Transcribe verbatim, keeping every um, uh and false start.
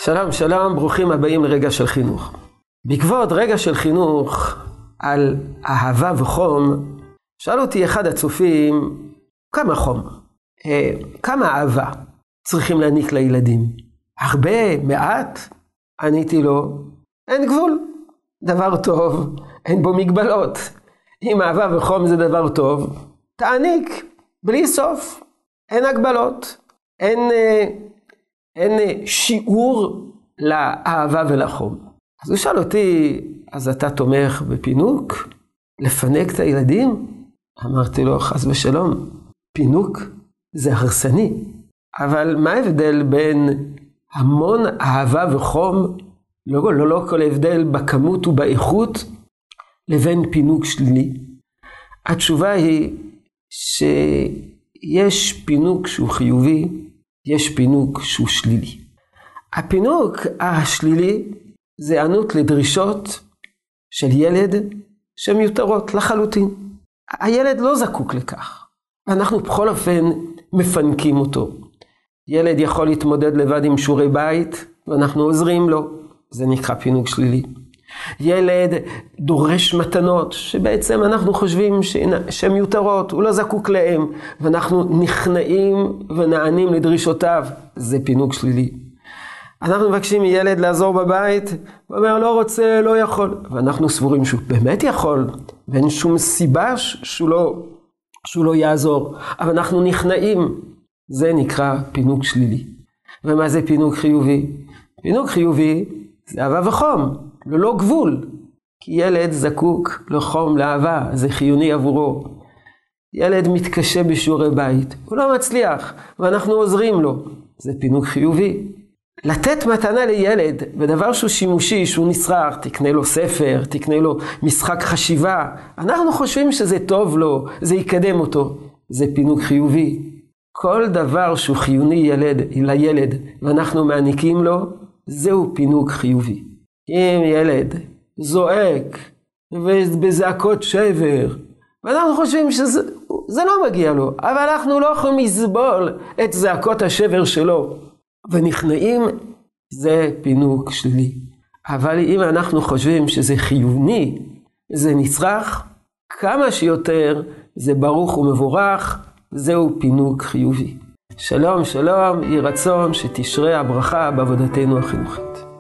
שלום, שלום, ברוכים הבאים לרגע של חינוך. בעקבות רגע של חינוך על אהבה וחום, שאל אותי אחד הצופים, כמה חום, אה, כמה אהבה צריכים להעניק לילדים? הרבה, מעט? עניתי לו, אין גבול, דבר טוב, אין בו מגבלות. אם אהבה וחום זה דבר טוב, תעניק, בלי סוף, אין הגבלות, אין... אה, אין שיעור לאהבה ולחום. אז הוא שאל אותי, אז אתה תומך בפינוק? לפנק את הילדים? אמרתי לו, חס ושלום, פינוק זה הרסני. אבל מה ההבדל בין המון אהבה וחום, לא, לא, לא כל ההבדל בכמות ובאיכות, לבין פינוק שלילי? התשובה היא שיש פינוק שהוא חיובי, יש פינוק שהוא שלילי. הפינוק השלילי זה ענות לדרישות של ילד שמיותרות לחלוטין. הילד לא זקוק לכך. אנחנו בכל אופן מפנקים אותו. ילד יכול להתמודד לבד עם שיעורי בית ואנחנו עוזרים לו. זה נקרא פינוק שלילי. ילד דורש מתנות שבעצם אנחנו חושבים שהן מיותרות, הוא לא זקוק להם, ואנחנו נכנעים ונענים לדרישותיו, זה פינוק שלילי. אנחנו מבקשים מילד לעזור בבית, הוא אומר לא רוצה, לא יכול, ואנחנו סבורים שהוא באמת יכול, ואין שום סיבה שהוא לא, שהוא לא יעזור, אבל אנחנו נכנעים, זה נקרא פינוק שלילי. ומה זה פינוק חיובי? פינוק חיובי זה אהבה וחום, ללא גבול, כי ילד זקוק לחום, לאהבה, זה חיוני עבורו. ילד מתקשה בשיעורי בית, הוא לא מצליח, ואנחנו עוזרים לו, זה פינוק חיובי. לתת מתנה לילד, בדבר שהוא שימושי, שהוא נצרך, תקנה לו ספר, תקנה לו משחק חשיבה, אנחנו חושבים שזה טוב לו, זה יקדם אותו, זה פינוק חיובי. כל דבר שהוא חיוני ילד, לילד, ואנחנו מעניקים לו, זהו פינוק חיובי. אם ילד זועק ובזעקות שבר, ואנחנו חושבים שזה זה לא מגיע לו, אבל אנחנו לא יכולים לסבול את זעקות השבר שלו, ונכנעים, זה פינוק שלילי. אבל אם אנחנו חושבים שזה חיוני, זה נצרך, כמה שיותר, זה ברוך ומבורך, זהו פינוק חיובי. שלום, שלום, יהי רצון שתשרה הברכה בעבודתנו החינוכית.